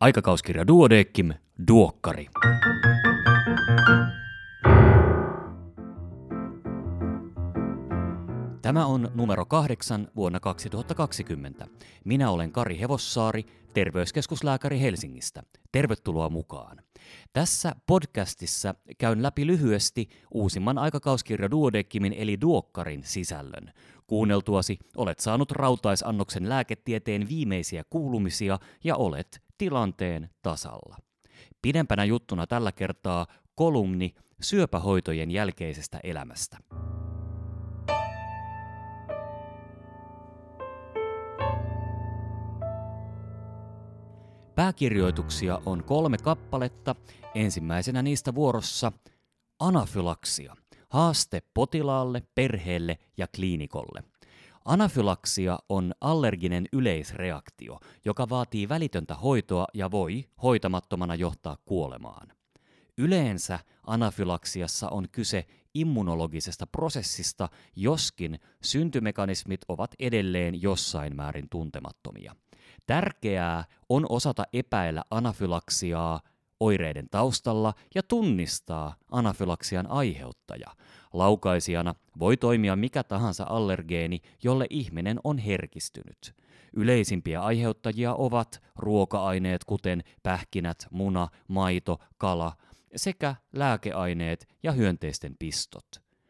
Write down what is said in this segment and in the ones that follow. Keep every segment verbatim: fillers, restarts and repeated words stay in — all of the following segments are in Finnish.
Aikakauskirja Duodeckim, Duokkari. Tämä on numero kahdeksan vuonna kaksituhattakaksikymmentä. Minä olen Kari Hevossaari, terveyskeskuslääkäri Helsingistä. Tervetuloa mukaan. Tässä podcastissa käyn läpi lyhyesti uusimman aikakauskirja Duodeckimin eli Duokkarin sisällön. Kuunneltuasi olet saanut rautaisannoksen lääketieteen viimeisiä kuulumisia ja olet tilanteen tasalla. Pidempänä juttuna tällä kertaa kolumni syöpähoitojen jälkeisestä elämästä. Pääkirjoituksia on kolme kappaletta, ensimmäisenä niistä vuorossa anafylaksia, haaste potilaalle, perheelle ja kliinikolle. Anafylaksia on allerginen yleisreaktio, joka vaatii välitöntä hoitoa ja voi hoitamattomana johtaa kuolemaan. Yleensä anafylaksiassa on kyse immunologisesta prosessista, joskin syntymekanismit ovat edelleen jossain määrin tuntemattomia. Tärkeää on osata epäillä anafylaksiaa oireiden taustalla ja tunnistaa anafylaksian aiheuttaja. Laukaisijana voi toimia mikä tahansa allergeeni, jolle ihminen on herkistynyt. Yleisimpiä aiheuttajia ovat ruoka-aineet kuten pähkinät, muna, maito, kala sekä lääkeaineet ja hyönteisten pistot.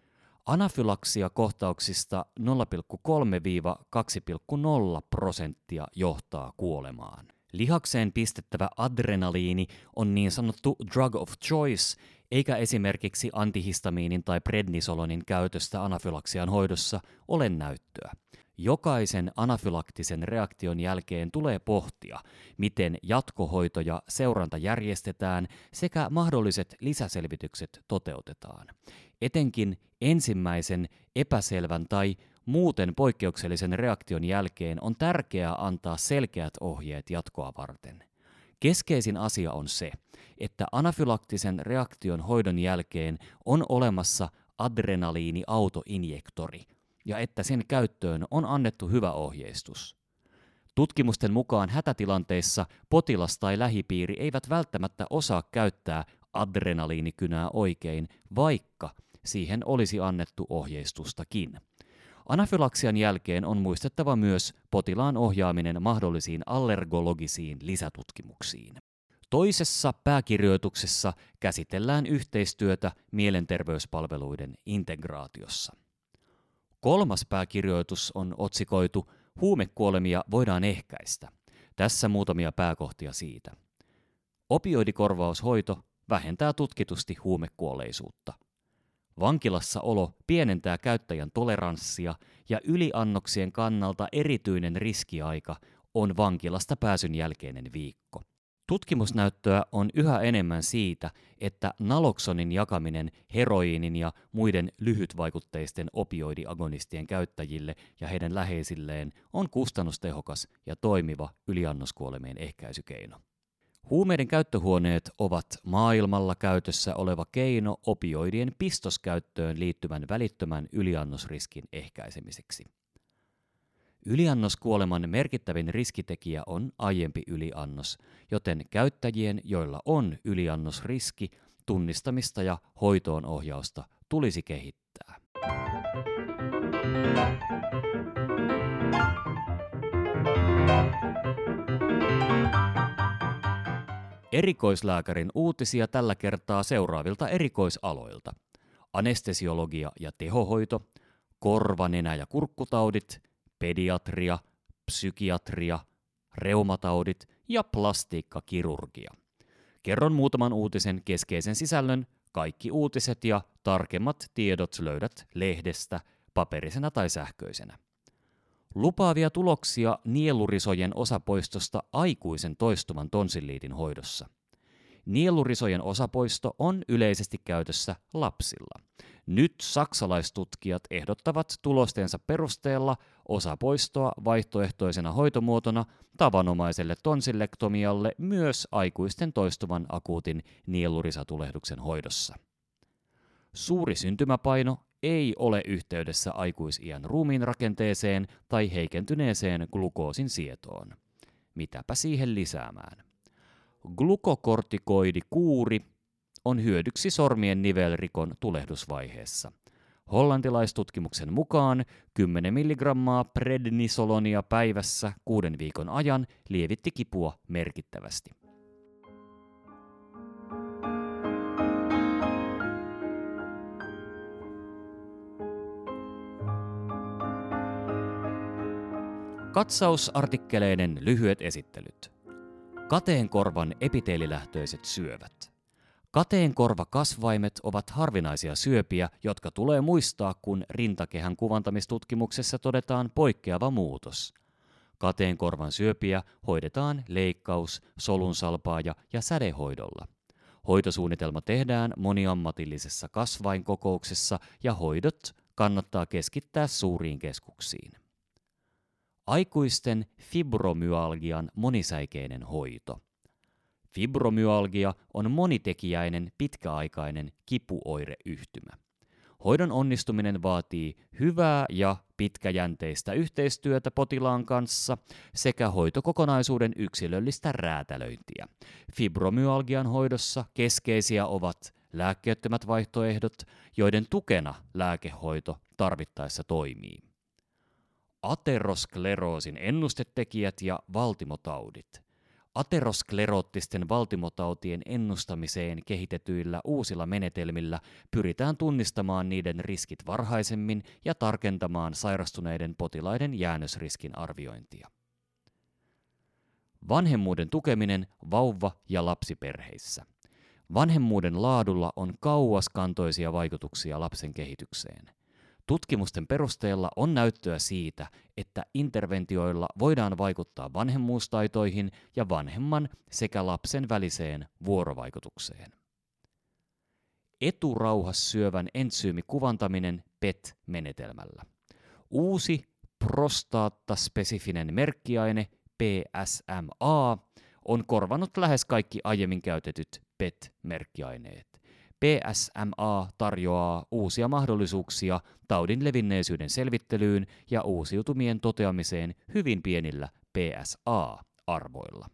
Anafylaksia-kohtauksista nolla pilkku kolme - kaksi pilkku nolla prosenttia johtaa kuolemaan. Lihakseen pistettävä adrenaliini on niin sanottu drug of choice, eikä esimerkiksi antihistamiinin tai prednisolonin käytöstä anafylaksian hoidossa ole näyttöä. Jokaisen anafylaktisen reaktion jälkeen tulee pohtia, miten jatkohoito ja seuranta järjestetään sekä mahdolliset lisäselvitykset toteutetaan. Etenkin ensimmäisen epäselvän tai muuten poikkeuksellisen reaktion jälkeen on tärkeää antaa selkeät ohjeet jatkoa varten. Keskeisin asia on se, että anafylaktisen reaktion hoidon jälkeen on olemassa adrenaliini-autoinjektori ja että sen käyttöön on annettu hyvä ohjeistus. Tutkimusten mukaan hätätilanteissa potilas tai lähipiiri eivät välttämättä osaa käyttää adrenaliinikynää oikein, vaikka siihen olisi annettu ohjeistustakin. Anafylaksian jälkeen on muistettava myös potilaan ohjaaminen mahdollisiin allergologisiin lisätutkimuksiin. Toisessa pääkirjoituksessa käsitellään yhteistyötä mielenterveyspalveluiden integraatiossa. Kolmas pääkirjoitus on otsikoitu Huumekuolemia voidaan ehkäistä. Tässä muutamia pääkohtia siitä. Opioidikorvaushoito vähentää tutkitusti huumekuolleisuutta. Vankilassa olo pienentää käyttäjän toleranssia ja yliannoksien kannalta erityinen riskiaika on vankilasta pääsyn jälkeinen viikko. Tutkimusnäyttöä on yhä enemmän siitä, että naloksonin jakaminen heroiinin ja muiden lyhytvaikutteisten opioidiagonistien käyttäjille ja heidän läheisilleen on kustannustehokas ja toimiva yliannoskuolemien ehkäisykeino. Huumeiden käyttöhuoneet ovat maailmalla käytössä oleva keino opioidien pistoskäyttöön liittyvän välittömän yliannosriskin ehkäisemiseksi. Yliannoskuoleman merkittävin riskitekijä on aiempi yliannos, joten käyttäjien, joilla on yliannosriski, tunnistamista ja hoitoon ohjausta tulisi kehittää. Erikoislääkärin uutisia tällä kertaa seuraavilta erikoisaloilta. Anestesiologia ja tehohoito, korva-, nenä- ja kurkkutaudit, pediatria, psykiatria, reumataudit ja plastiikkakirurgia. Kerron muutaman uutisen keskeisen sisällön, kaikki uutiset ja tarkemmat tiedot löydät lehdestä, paperisena tai sähköisenä. Lupaavia tuloksia nielurisojen osapoistosta aikuisen toistuvan tonsilliitin hoidossa. Nielurisojen osapoisto on yleisesti käytössä lapsilla. Nyt saksalaistutkijat ehdottavat tulostensa perusteella osapoistoa vaihtoehtoisena hoitomuotona tavanomaiselle tonsillektomialle myös aikuisten toistuvan akuutin nielurisatulehduksen hoidossa. Suuri syntymäpaino ei ole yhteydessä aikuisiän ruumiinrakenteeseen tai heikentyneeseen glukoosin sietoon. Mitäpä siihen lisäämään? Glukokortikoidikuuri on hyödyksi sormien nivelrikon tulehdusvaiheessa. Hollantilaistutkimuksen mukaan kymmenen milligrammaa prednisolonia päivässä kuuden viikon ajan lievitti kipua merkittävästi. Katsausartikkeleiden lyhyet esittelyt. Kateenkorvan epiteelilähtöiset syövät. Kateenkorvakasvaimet ovat harvinaisia syöpiä, jotka tulee muistaa, kun rintakehän kuvantamistutkimuksessa todetaan poikkeava muutos. Kateenkorvan syöpiä hoidetaan leikkaus-, solunsalpaaja- ja sädehoidolla. Hoitosuunnitelma tehdään moniammatillisessa kasvainkokouksessa ja hoidot kannattaa keskittää suuriin keskuksiin. Aikuisten fibromyalgian monisäikeinen hoito. Fibromyalgia on monitekijäinen pitkäaikainen kipuoireyhtymä. Hoidon onnistuminen vaatii hyvää ja pitkäjänteistä yhteistyötä potilaan kanssa sekä hoitokokonaisuuden yksilöllistä räätälöintiä. Fibromyalgian hoidossa keskeisiä ovat lääkkeettömät vaihtoehdot, joiden tukena lääkehoito tarvittaessa toimii. Ateroskleroosin ennustetekijät ja valtimotaudit. Ateroskleroottisten valtimotautien ennustamiseen kehitetyillä uusilla menetelmillä pyritään tunnistamaan niiden riskit varhaisemmin ja tarkentamaan sairastuneiden potilaiden jäännösriskin arviointia. Vanhemmuuden tukeminen vauva- ja lapsiperheissä. Vanhemmuuden laadulla on kauaskantoisia vaikutuksia lapsen kehitykseen. Tutkimusten perusteella on näyttöä siitä, että interventioilla voidaan vaikuttaa vanhemmuustaitoihin ja vanhemman sekä lapsen väliseen vuorovaikutukseen. Eturauhassyövän entsyymikuvantaminen P E T-menetelmällä. Uusi prostaattaspesifinen merkkiaine P S M A on korvannut lähes kaikki aiemmin käytetyt P E T-merkkiaineet. P S M A tarjoaa uusia mahdollisuuksia taudin levinneisyyden selvittelyyn ja uusiutumien toteamiseen hyvin pienillä P S A-arvoilla.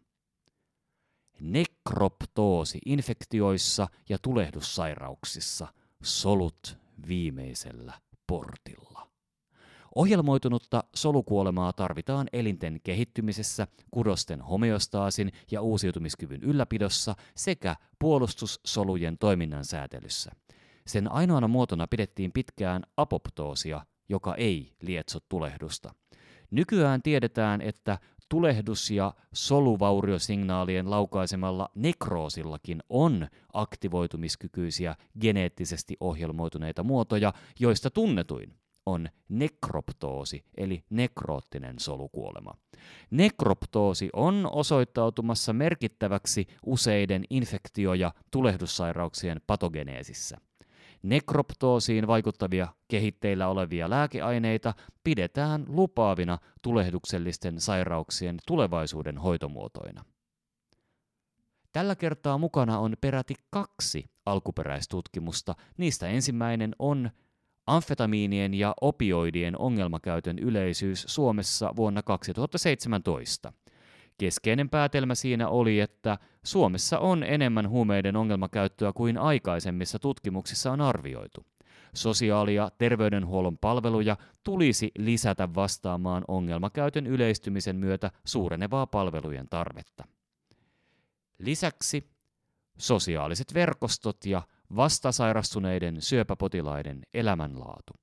Nekroptoosi infektioissa ja tulehdussairauksissa. Solut viimeisellä portilla. Ohjelmoitunutta solukuolemaa tarvitaan elinten kehittymisessä, kudosten homeostaasin ja uusiutumiskyvyn ylläpidossa sekä puolustussolujen toiminnan säätelyssä. Sen ainoana muotona pidettiin pitkään apoptoosia, joka ei lietso tulehdusta. Nykyään tiedetään, että tulehdus- ja soluvauriosignaalien laukaisemalla nekroosillakin on aktivoitumiskykyisiä geneettisesti ohjelmoituneita muotoja, joista tunnetuin on nekroptoosi eli nekroottinen solukuolema. Nekroptoosi on osoittautumassa merkittäväksi useiden infektio- ja tulehdussairauksien patogeneesissä. Nekroptoosiin vaikuttavia kehitteillä olevia lääkeaineita pidetään lupaavina tulehduksellisten sairauksien tulevaisuuden hoitomuotoina. Tällä kertaa mukana on peräti kaksi alkuperäistutkimusta. Niistä ensimmäinen on amfetamiinien ja opioidien ongelmakäytön yleisyys Suomessa vuonna kaksituhattaseitsemäntoista. Keskeinen päätelmä siinä oli, että Suomessa on enemmän huumeiden ongelmakäyttöä kuin aikaisemmissa tutkimuksissa on arvioitu. Sosiaali- ja terveydenhuollon palveluja tulisi lisätä vastaamaan ongelmakäytön yleistymisen myötä suurenevaa palvelujen tarvetta. Lisäksi sosiaaliset verkostot ja vastasairastuneiden syöpäpotilaiden elämänlaatu.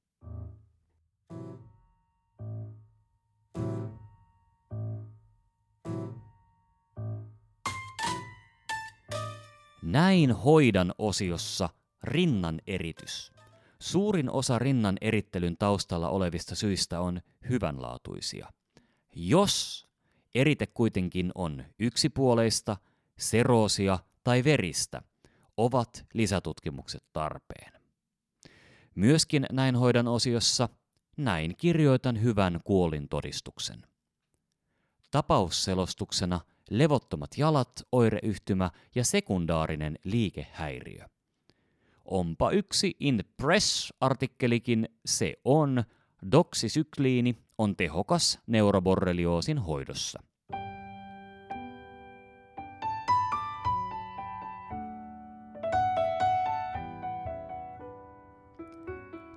Näin hoidan osiossa rinnan eritys. Suurin osa rinnan erittelyn taustalla olevista syistä on hyvänlaatuisia. Jos erite kuitenkin on yksipuoleista, seroosia tai veristä, ovat lisätutkimukset tarpeen. Myöskin näin hoidan osiossa näin kirjoitan hyvän kuolintodistuksen. Tapausselostuksena levottomat jalat, oireyhtymä ja sekundaarinen liikehäiriö. Onpa yksi in press-artikkelikin, se on doksisykliini on tehokas neuroborrelioosin hoidossa.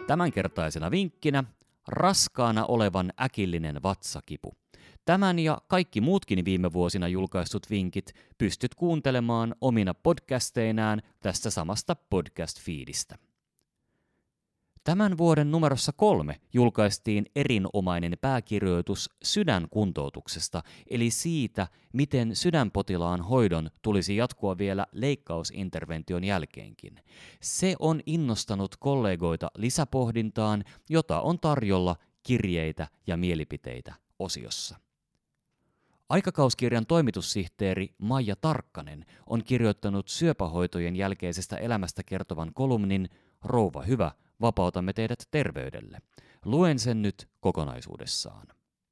Tämänkertaisena vinkkinä raskaana olevan äkillinen vatsakipu. Tämän ja kaikki muutkin viime vuosina julkaistut vinkit pystyt kuuntelemaan omina podcasteinään tästä samasta podcast-feedistä. Tämän vuoden numerossa kolme julkaistiin erinomainen pääkirjoitus sydänkuntoutuksesta, eli siitä, miten sydänpotilaan hoidon tulisi jatkua vielä leikkausintervention jälkeenkin. Se on innostanut kollegoita lisäpohdintaan, jota on tarjolla kirjeitä ja mielipiteitä osiossa. Aikakauskirjan toimitussihteeri Maija Tarkkanen on kirjoittanut syöpähoitojen jälkeisestä elämästä kertovan kolumnin Rouva hyvä, vapautamme teidät terveydelle. Luen sen nyt kokonaisuudessaan.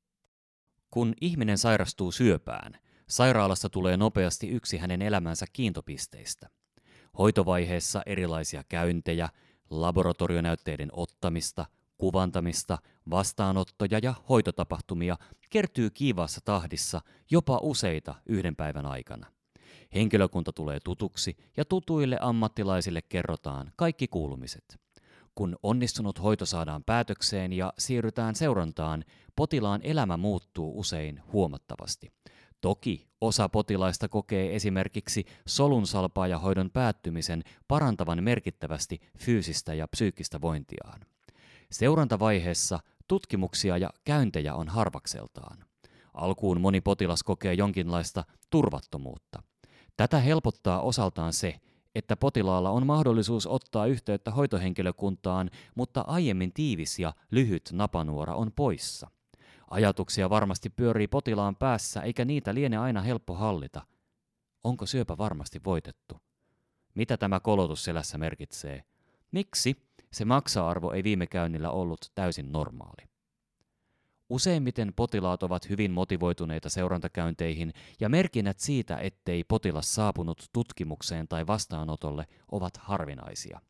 Kun ihminen sairastuu syöpään, sairaalasta tulee nopeasti yksi hänen elämänsä kiintopisteistä. Hoitovaiheessa erilaisia käyntejä, laboratorionäytteiden ottamista, kuvantamista, vastaanottoja ja hoitotapahtumia kertyy kiivaassa tahdissa jopa useita yhden päivän aikana. Henkilökunta tulee tutuksi ja tutuille ammattilaisille kerrotaan kaikki kuulumiset. Kun onnistunut hoito saadaan päätökseen ja siirrytään seurantaan, potilaan elämä muuttuu usein huomattavasti. Toki osa potilaista kokee esimerkiksi solunsalpaajahoidon päättymisen parantavan merkittävästi fyysistä ja psyykkistä vointiaan. Seurantavaiheessa tutkimuksia ja käyntejä on harvakseltaan. Alkuun moni potilas kokee jonkinlaista turvattomuutta. Tätä helpottaa osaltaan se, että potilaalla on mahdollisuus ottaa yhteyttä hoitohenkilökuntaan, mutta aiemmin tiivis ja lyhyt napanuora on poissa. Ajatuksia varmasti pyörii potilaan päässä, eikä niitä liene aina helppo hallita. Onko syöpä varmasti voitettu? Mitä tämä kolotus selässä merkitsee? Miksi se maksa-arvo ei viime käynnillä ollut täysin normaali? Useimmiten potilaat ovat hyvin motivoituneita seurantakäynteihin ja merkinnät siitä, ettei potilas saapunut tutkimukseen tai vastaanotolle, ovat harvinaisia.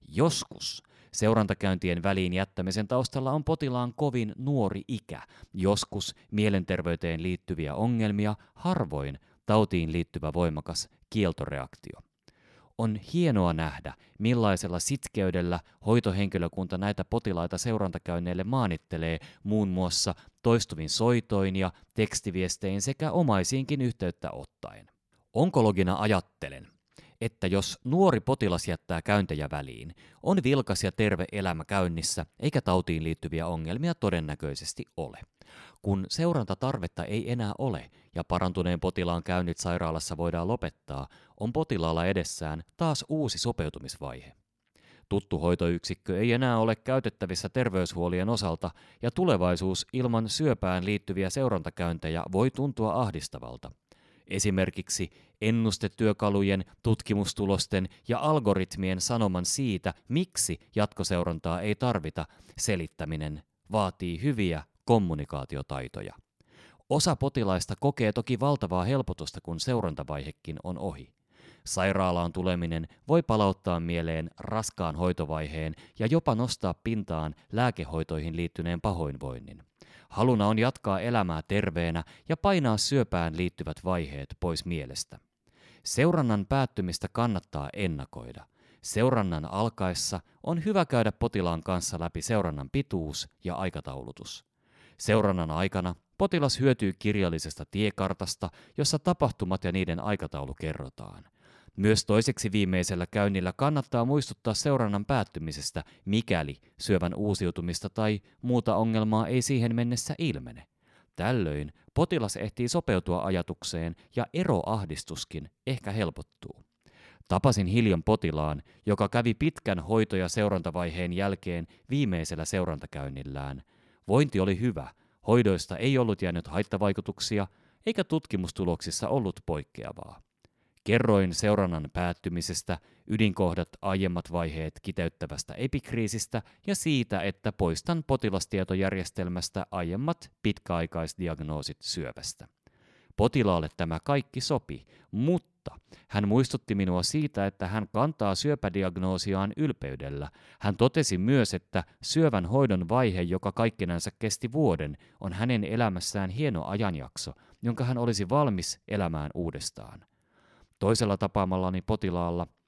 Joskus seurantakäyntien väliin jättämisen taustalla on potilaan kovin nuori ikä, joskus mielenterveyteen liittyviä ongelmia, harvoin tautiin liittyvä voimakas kieltoreaktio. On hienoa nähdä, millaisella sitkeydellä hoitohenkilökunta näitä potilaita seurantakäynneille maanittelee muun muassa toistuvin soitoin ja tekstiviestein sekä omaisiinkin yhteyttä ottaen. Onkologina ajattelen, että jos nuori potilas jättää käyntejä väliin, on vilkas ja terve elämä käynnissä eikä tautiin liittyviä ongelmia todennäköisesti ole. Kun seurantatarvetta ei enää ole ja parantuneen potilaan käynnit sairaalassa voidaan lopettaa, on potilaalla edessään taas uusi sopeutumisvaihe. Tuttu hoitoyksikkö ei enää ole käytettävissä terveyshuolien osalta ja tulevaisuus ilman syöpään liittyviä seurantakäyntejä voi tuntua ahdistavalta. Esimerkiksi ennustetyökalujen, tutkimustulosten ja algoritmien sanoman siitä, miksi jatkoseurantaa ei tarvita, selittäminen vaatii hyviä kommunikaatiotaitoja. Osa potilaista kokee toki valtavaa helpotusta, kun seurantavaihekin on ohi. Sairaalaan tuleminen voi palauttaa mieleen raskaan hoitovaiheen ja jopa nostaa pintaan lääkehoitoihin liittyneen pahoinvoinnin. Haluna on jatkaa elämää terveenä ja painaa syöpään liittyvät vaiheet pois mielestä. Seurannan päättymistä kannattaa ennakoida. Seurannan alkaessa on hyvä käydä potilaan kanssa läpi seurannan pituus ja aikataulutus. Seurannan aikana potilas hyötyy kirjallisesta tiekartasta, jossa tapahtumat ja niiden aikataulu kerrotaan. Myös toiseksi viimeisellä käynnillä kannattaa muistuttaa seurannan päättymisestä, mikäli syövän uusiutumista tai muuta ongelmaa ei siihen mennessä ilmene. Tällöin potilas ehtii sopeutua ajatukseen ja eroahdistuskin ehkä helpottuu. Tapasin hiljan potilaan, joka kävi pitkän hoito- ja seurantavaiheen jälkeen viimeisellä seurantakäynnillään. Vointi oli hyvä, hoidoista ei ollut jäänyt haittavaikutuksia, eikä tutkimustuloksissa ollut poikkeavaa. Kerroin seurannan päättymisestä, ydinkohdat aiemmat vaiheet kiteyttävästä epikriisistä ja siitä, että poistan potilastietojärjestelmästä aiemmat pitkäaikaisdiagnoosit syövästä. Potilaalle tämä kaikki sopi, mutta hän muistutti minua siitä, että hän kantaa syöpädiagnoosiaan ylpeydellä. Hän totesi myös, että syövän hoidon vaihe, joka kaikkinensa kesti vuoden, on hänen elämässään hieno ajanjakso, jonka hän olisi valmis elämään uudestaan. Toisella tapaamallani potilaalla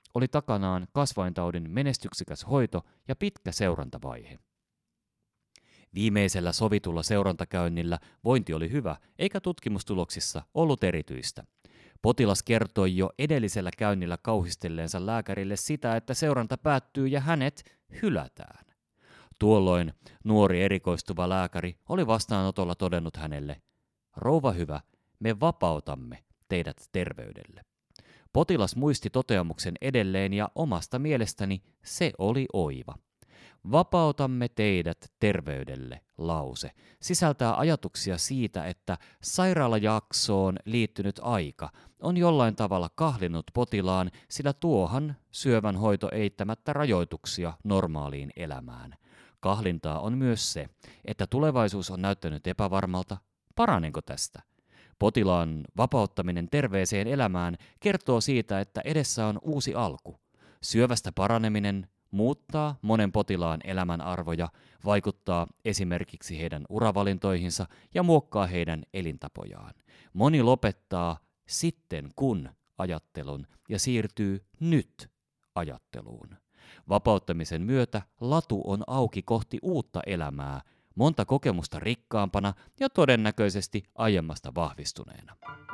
oli takanaan kasvaintaudin menestyksekäs hoito ja pitkä seurantavaihe. Viimeisellä sovitulla seurantakäynnillä vointi oli hyvä, eikä tutkimustuloksissa ollut erityistä. Potilas kertoi jo edellisellä käynnillä kauhistelleensa lääkärille sitä, että seuranta päättyy ja hänet hylätään. Tuolloin nuori erikoistuva lääkäri oli vastaanotolla todennut hänelle, rouva hyvä, me vapautamme teidät terveydelle. Potilas muisti toteamuksen edelleen ja omasta mielestäni se oli oiva. Vapautamme teidät terveydelle lause sisältää ajatuksia siitä, että sairaalajaksoon liittynyt aika on jollain tavalla kahlinut potilaan, sillä tuohan syövän hoito eittämättä rajoituksia normaaliin elämään. Kahlintaa on myös se, että tulevaisuus on näyttänyt epävarmalta. Paranenko tästä? Potilaan vapauttaminen terveeseen elämään kertoo siitä, että edessä on uusi alku. Syövästä paraneminen muuttaa monen potilaan elämän arvoja, vaikuttaa esimerkiksi heidän uravalintoihinsa ja muokkaa heidän elintapojaan. Moni lopettaa sitten kun ajattelun ja siirtyy nyt ajatteluun. Vapauttamisen myötä latu on auki kohti uutta elämää, monta kokemusta rikkaampana ja todennäköisesti aiemmasta vahvistuneena.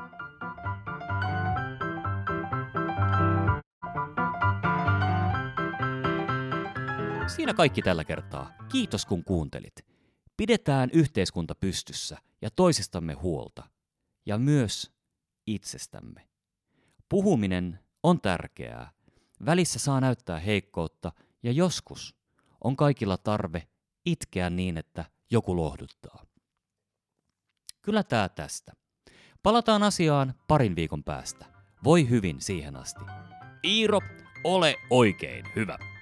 Siinä kaikki tällä kertaa. Kiitos kun kuuntelit. Pidetään yhteiskunta pystyssä ja toisistamme huolta. Ja myös itsestämme. Puhuminen on tärkeää. Välissä saa näyttää heikkoutta ja joskus on kaikilla tarve itkeä niin, että joku lohduttaa. Kyllä tää tästä. Palataan asiaan parin viikon päästä. Voi hyvin siihen asti. Iiro, ole oikein hyvä.